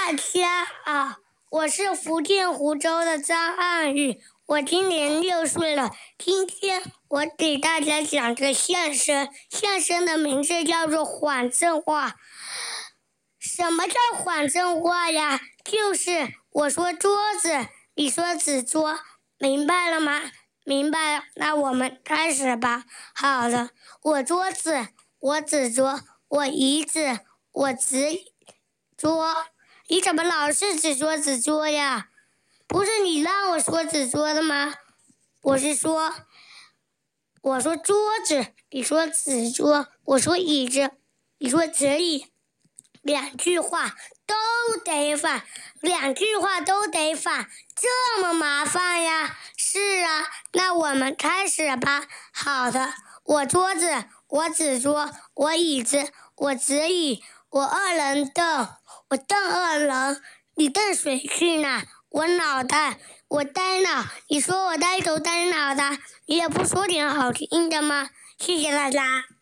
大家好，我是福建湖州的张岸宇，我今年6岁了。今天我给大家讲个相声，相声的名字叫做缓正话。什么叫缓正话呀？就是我说桌子，你说纸桌，明白了吗？明白了，那我们开始吧。好了，我桌子，我纸桌，我椅子，我纸桌。你怎么老是只说纸桌呀？不是你让我说纸桌的吗？我说桌子，你说纸桌，我说椅子，你说纸椅，两句话都得反，两句话都得反，这么麻烦呀？是啊，那我们开始吧。好的，我桌子，我纸桌，我椅子，我纸椅，我二人凳，我凳二人，你蹬谁去呢？我脑袋，我呆脑，你说我呆头呆脑的，你也不说点好听的吗？谢谢大家。